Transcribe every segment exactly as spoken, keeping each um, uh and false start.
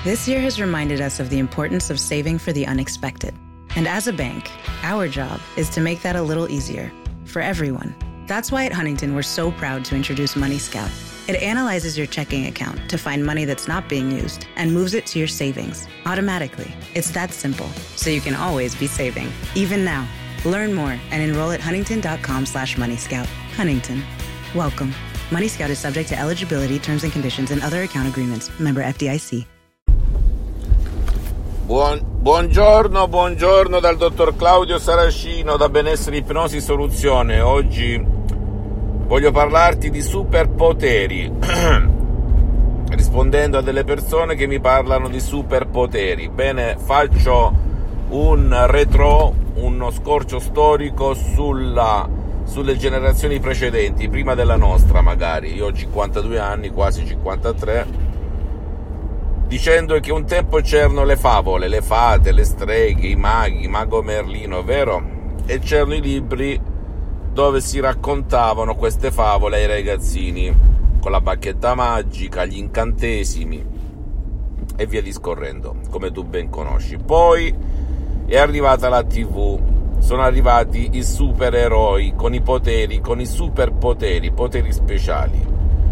This year has reminded us of the importance of saving for the unexpected. And as a bank, our job is to make that a little easier for everyone. That's why at Huntington, we're so proud to introduce Money Scout. It analyzes your checking account to find money that's not being used and moves it to your savings automatically. It's that simple, so you can always be saving, even now. Learn more and enroll at huntington.com slash Money Scout. Huntington. Welcome. Money Scout is subject to eligibility, terms and conditions, and other account agreements. Member F D I C. Buon, buongiorno, buongiorno dal dottor Claudio Saracino da Benessere Ipnosi Soluzione. Oggi voglio parlarti di superpoteri, rispondendo a delle persone che mi parlano di superpoteri. Bene, faccio un retro, uno scorcio storico sulla, sulle generazioni precedenti, prima della nostra magari. Io ho cinquantadue anni, quasi cinquantatré, dicendo che un tempo c'erano le favole, le fate, le streghe, i maghi, Mago Merlino, vero? E c'erano i libri dove si raccontavano queste favole ai ragazzini, con la bacchetta magica, gli incantesimi e via discorrendo, come tu ben conosci. Poi è arrivata la tivù, sono arrivati i supereroi con i poteri, con i superpoteri, poteri speciali.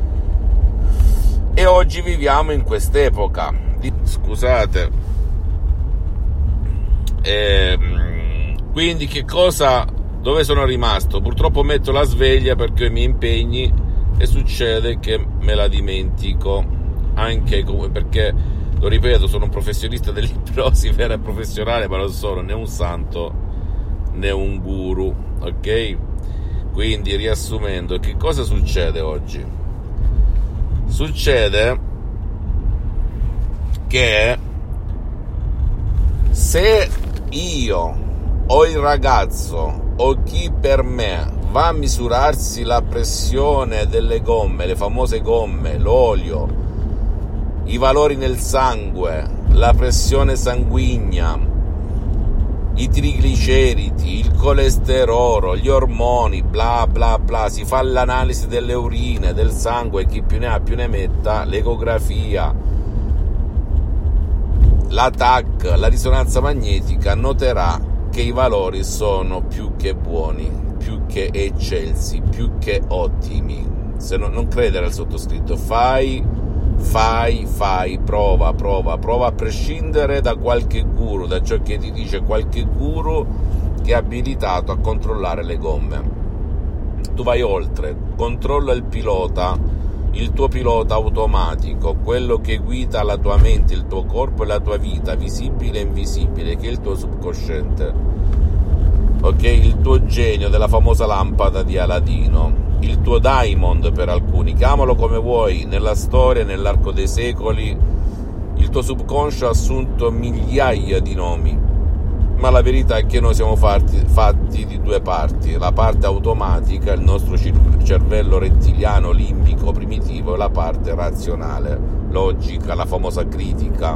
E oggi viviamo in quest'epoca. Scusate. Ehm, quindi che cosa... Dove sono rimasto? Purtroppo metto la sveglia perché ho i miei impegni e succede che me la dimentico. Anche come perché, lo ripeto, sono un professionista dell'ipnosi vera e professionale, ma non sono né un santo né un guru, ok? Quindi, riassumendo, che cosa succede oggi? Succede che se io o il ragazzo o chi per me va a misurarsi la pressione delle gomme, le famose gomme, l'olio, i valori nel sangue, la pressione sanguigna, i trigliceridi, il colesterolo, gli ormoni, bla bla bla, si fa l'analisi delle urine, del sangue, chi più ne ha più ne metta, l'ecografia, la T A C, la risonanza magnetica, noterà che i valori sono più che buoni, più che eccelsi, più che ottimi. Se no, non credere al sottoscritto, fai Fai, fai, prova, prova, prova a prescindere da qualche guru, da ciò che ti dice qualche guru che è abilitato a controllare le gomme. Tu vai oltre, controlla il pilota, il tuo pilota automatico, quello che guida la tua mente, il tuo corpo e la tua vita, visibile e invisibile, che è il tuo subconsciente. Ok, il tuo genio della famosa lampada di Aladino, il tuo diamond per alcuni, chiamalo come vuoi, nella storia, nell'arco dei secoli, il tuo subconscio ha assunto migliaia di nomi, ma la verità è che noi siamo fatti, fatti di due parti, la parte automatica, il nostro cervello rettiliano, limbico, primitivo, e la parte razionale, logica, la famosa critica.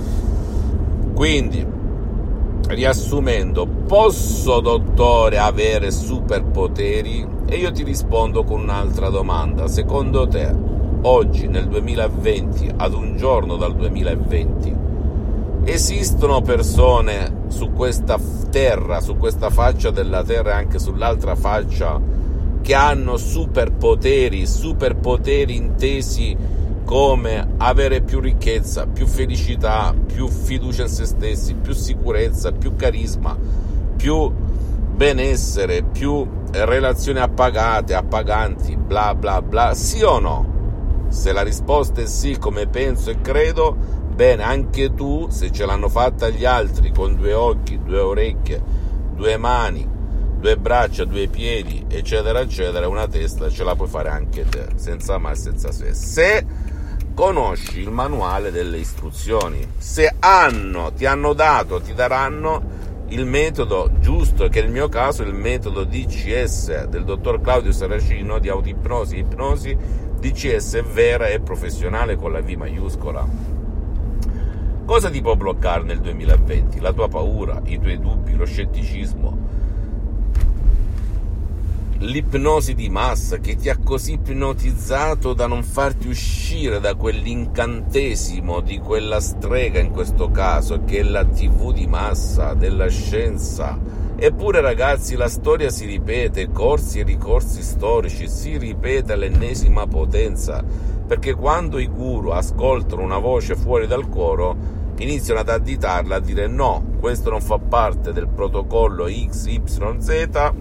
Quindi, riassumendo, posso, dottore, avere superpoteri? E io ti rispondo con un'altra domanda. Secondo te, oggi, nel duemilaventi, ad un giorno dal duemilaventi, esistono persone su questa terra, su questa faccia della terra e anche sull'altra faccia, che hanno superpoteri, superpoteri intesi come avere più ricchezza, più felicità, più fiducia in se stessi, più sicurezza, più carisma, più benessere, più relazioni appagate, appaganti, bla bla bla, sì o no? Se la risposta è sì, come penso e credo, bene, anche tu, se ce l'hanno fatta gli altri con due occhi, due orecchie, due mani, due braccia, due piedi, eccetera eccetera, una testa ce la puoi fare anche te, senza ma e senza se. Se conosci il manuale delle istruzioni, se hanno, ti hanno dato, ti daranno il metodo giusto, che nel mio caso è il metodo D C S del dottor Claudio Saracino di autoipnosi, ipnosi D C S vera e professionale con la V maiuscola. Cosa ti può bloccare nel duemilaventi? La tua paura, i tuoi dubbi, lo scetticismo, l'ipnosi di massa che ti ha così ipnotizzato da non farti uscire da quell'incantesimo di quella strega, in questo caso, che è la tivù di massa della scienza. Eppure, ragazzi, la storia si ripete, corsi e ricorsi storici, si ripete all'ennesima potenza, perché quando i guru ascoltano una voce fuori dal coro, iniziano ad additarla, a dire no, questo non fa parte del protocollo X Y Z,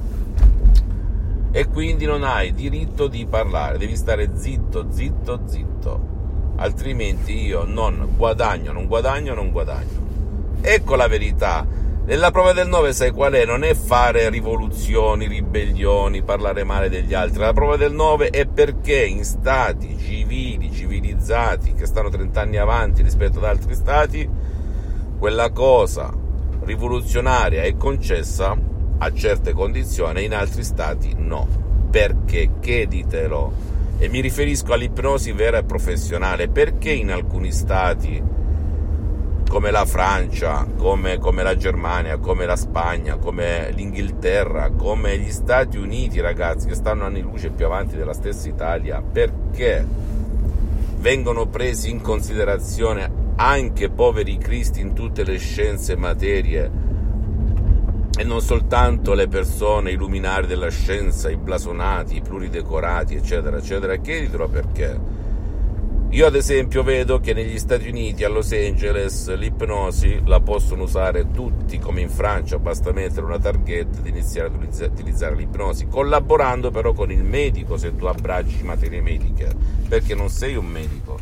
e quindi non hai diritto di parlare, devi stare zitto, zitto, zitto, altrimenti io non guadagno, non guadagno, non guadagno. Ecco la verità. Nella prova del nove sai qual è? Non è fare rivoluzioni, ribellioni, parlare male degli altri. La prova del nove è perché in stati civili, civilizzati, che stanno trenta anni avanti rispetto ad altri stati, quella cosa rivoluzionaria è concessa a certe condizioni, in altri stati no. Perché? Chieditelo. E mi riferisco all'ipnosi vera e professionale. Perché in alcuni stati, come la Francia, come, come la Germania, come la Spagna, come l'Inghilterra, come gli Stati Uniti, ragazzi, che stanno anni luce più avanti della stessa Italia, perché vengono presi in considerazione anche poveri cristi in tutte le scienze e materie, e non soltanto le persone, i luminari della scienza, i blasonati, i pluridecorati, eccetera, eccetera? Chieditelo perché. Io ad esempio vedo che negli Stati Uniti, a Los Angeles, l'ipnosi la possono usare tutti, come in Francia, basta mettere una targhetta ed iniziare ad utilizzare l'ipnosi, collaborando però con il medico se tu abbracci materie mediche, perché non sei un medico.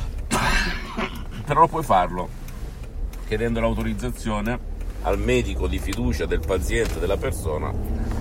Però puoi farlo chiedendo l'autorizzazione al medico di fiducia del paziente, della persona,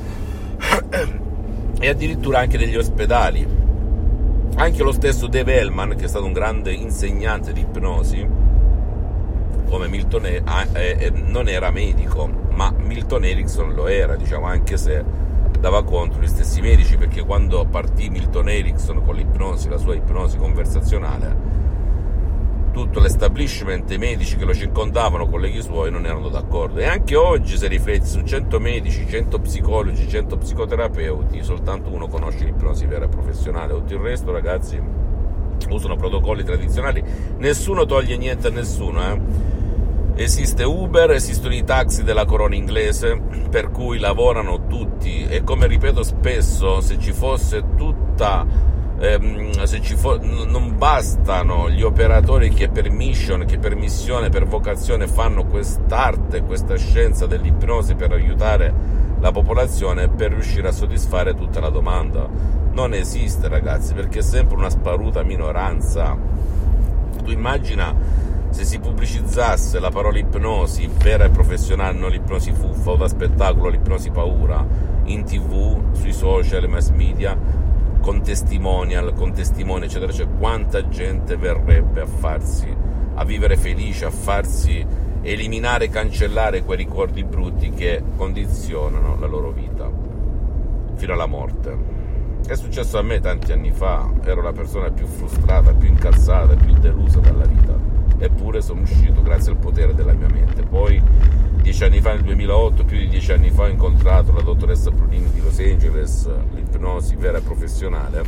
e addirittura anche negli ospedali. Anche lo stesso Dave Hellman, che è stato un grande insegnante di ipnosi, come Milton eh, eh, non era medico, ma Milton Erickson lo era, diciamo, anche se dava contro gli stessi medici, perché quando partì Milton Erickson con l'ipnosi, la sua ipnosi conversazionale, tutto l'establishment, i medici che lo circondavano, colleghi suoi, non erano d'accordo. E anche oggi, se rifletti, su cento medici, cento psicologi, cento psicoterapeuti, soltanto uno conosce l'ipnosi vera e professionale. Tutto il resto, ragazzi, usano protocolli tradizionali. Nessuno toglie niente a nessuno, eh. Esiste Uber, esistono i taxi della corona inglese, per cui lavorano tutti, e come ripeto spesso, se ci fosse tutta... Eh, se ci fo- non bastano gli operatori che per mission, che per missione, per vocazione fanno quest'arte, questa scienza dell'ipnosi per aiutare la popolazione, per riuscire a soddisfare tutta la domanda. Non esiste, ragazzi, perché è sempre una sparuta minoranza. Tu immagina se si pubblicizzasse la parola ipnosi vera e professionale, non l'ipnosi fuffa o da spettacolo, l'ipnosi paura, in tv, sui social, mass media, con testimonial, con testimoni, eccetera, cioè quanta gente verrebbe a farsi, a vivere felice, a farsi eliminare, cancellare quei ricordi brutti che condizionano la loro vita fino alla morte. È successo a me tanti anni fa, ero la persona più frustrata, più incazzata, più delusa dalla vita, eppure sono uscito grazie al potere della mia mente. Poi dieci anni fa, nel duemilaotto, più di dieci anni fa, ho incontrato la dottoressa Brunini di Los Angeles, l'ipnosi vera e professionale,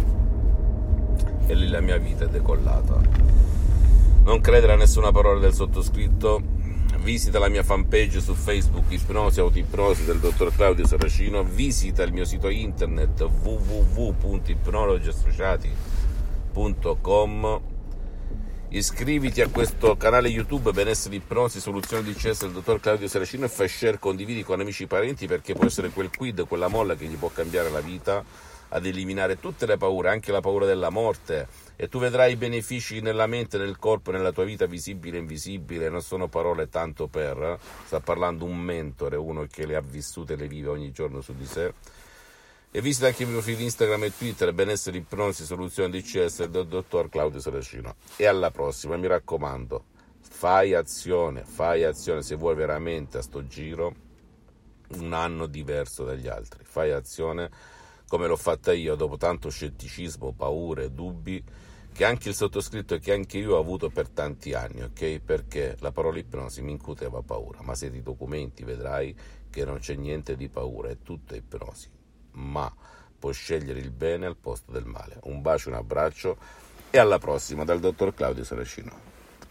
e lì la mia vita è decollata. Non credere a nessuna parola del sottoscritto. Visita la mia fanpage su Facebook, Ipnosi Autoipnosi del dottor Claudio Saracino. Visita il mio sito internet w w w punto ipnologi associati punto com. Iscriviti a questo canale YouTube Benessere Ipnosi Soluzione di C S del dottor Claudio Saracino e fai share, condividi con amici e parenti, perché può essere quel quid, quella molla che gli può cambiare la vita, ad eliminare tutte le paure, anche la paura della morte, e tu vedrai i benefici nella mente, nel corpo, nella tua vita, visibile e invisibile. Non sono parole tanto per, sta parlando un mentore, uno che le ha vissute e le vive ogni giorno su di sé. E visita anche i miei profili Instagram e Twitter, Benessere Ipnosi Soluzione di C S del dottor Claudio Saracino. E alla prossima, mi raccomando, fai azione, fai azione se vuoi veramente a sto giro un anno diverso dagli altri. Fai azione come l'ho fatta io, dopo tanto scetticismo, paure, dubbi, che anche il sottoscritto e che anche io ho avuto per tanti anni, ok? Perché la parola ipnosi mi incuteva paura, ma se ti documenti vedrai che non c'è niente di paura, è tutta ipnosi. ma può scegliere il bene al posto del male. Un bacio, un abbraccio e alla prossima dal dottor Claudio Saracino.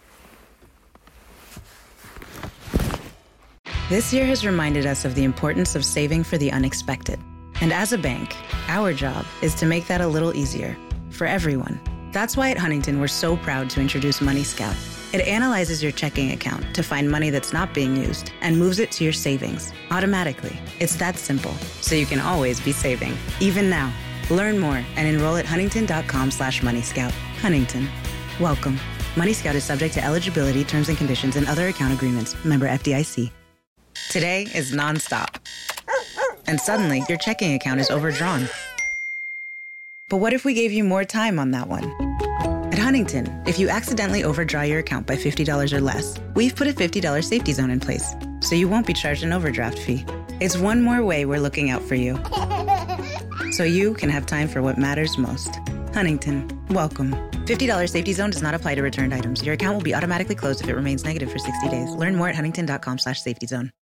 This year has reminded us of the importance of saving for the unexpected. And as a bank, our job is to make that a little easier for everyone. That's why at Huntington, we're so proud to introduce Money Scout. It analyzes your checking account to find money that's not being used and moves it to your savings automatically. It's that simple, so you can always be saving, even now. Learn more and enroll at huntington.com slash moneyscout. Huntington. Welcome. Money Scout is subject to eligibility, terms and conditions, and other account agreements. Member F D I C. Today is nonstop. And suddenly, your checking account is overdrawn. But what if we gave you more time on that one? At Huntington, if you accidentally overdraw your account by fifty dollars or less, we've put a fifty dollars safety zone in place, so you won't be charged an overdraft fee. It's one more way we're looking out for you, so you can have time for what matters most. Huntington, welcome. fifty dollars safety zone does not apply to returned items. Your account will be automatically closed if it remains negative for sixty days. Learn more at huntington.com slash safety zone.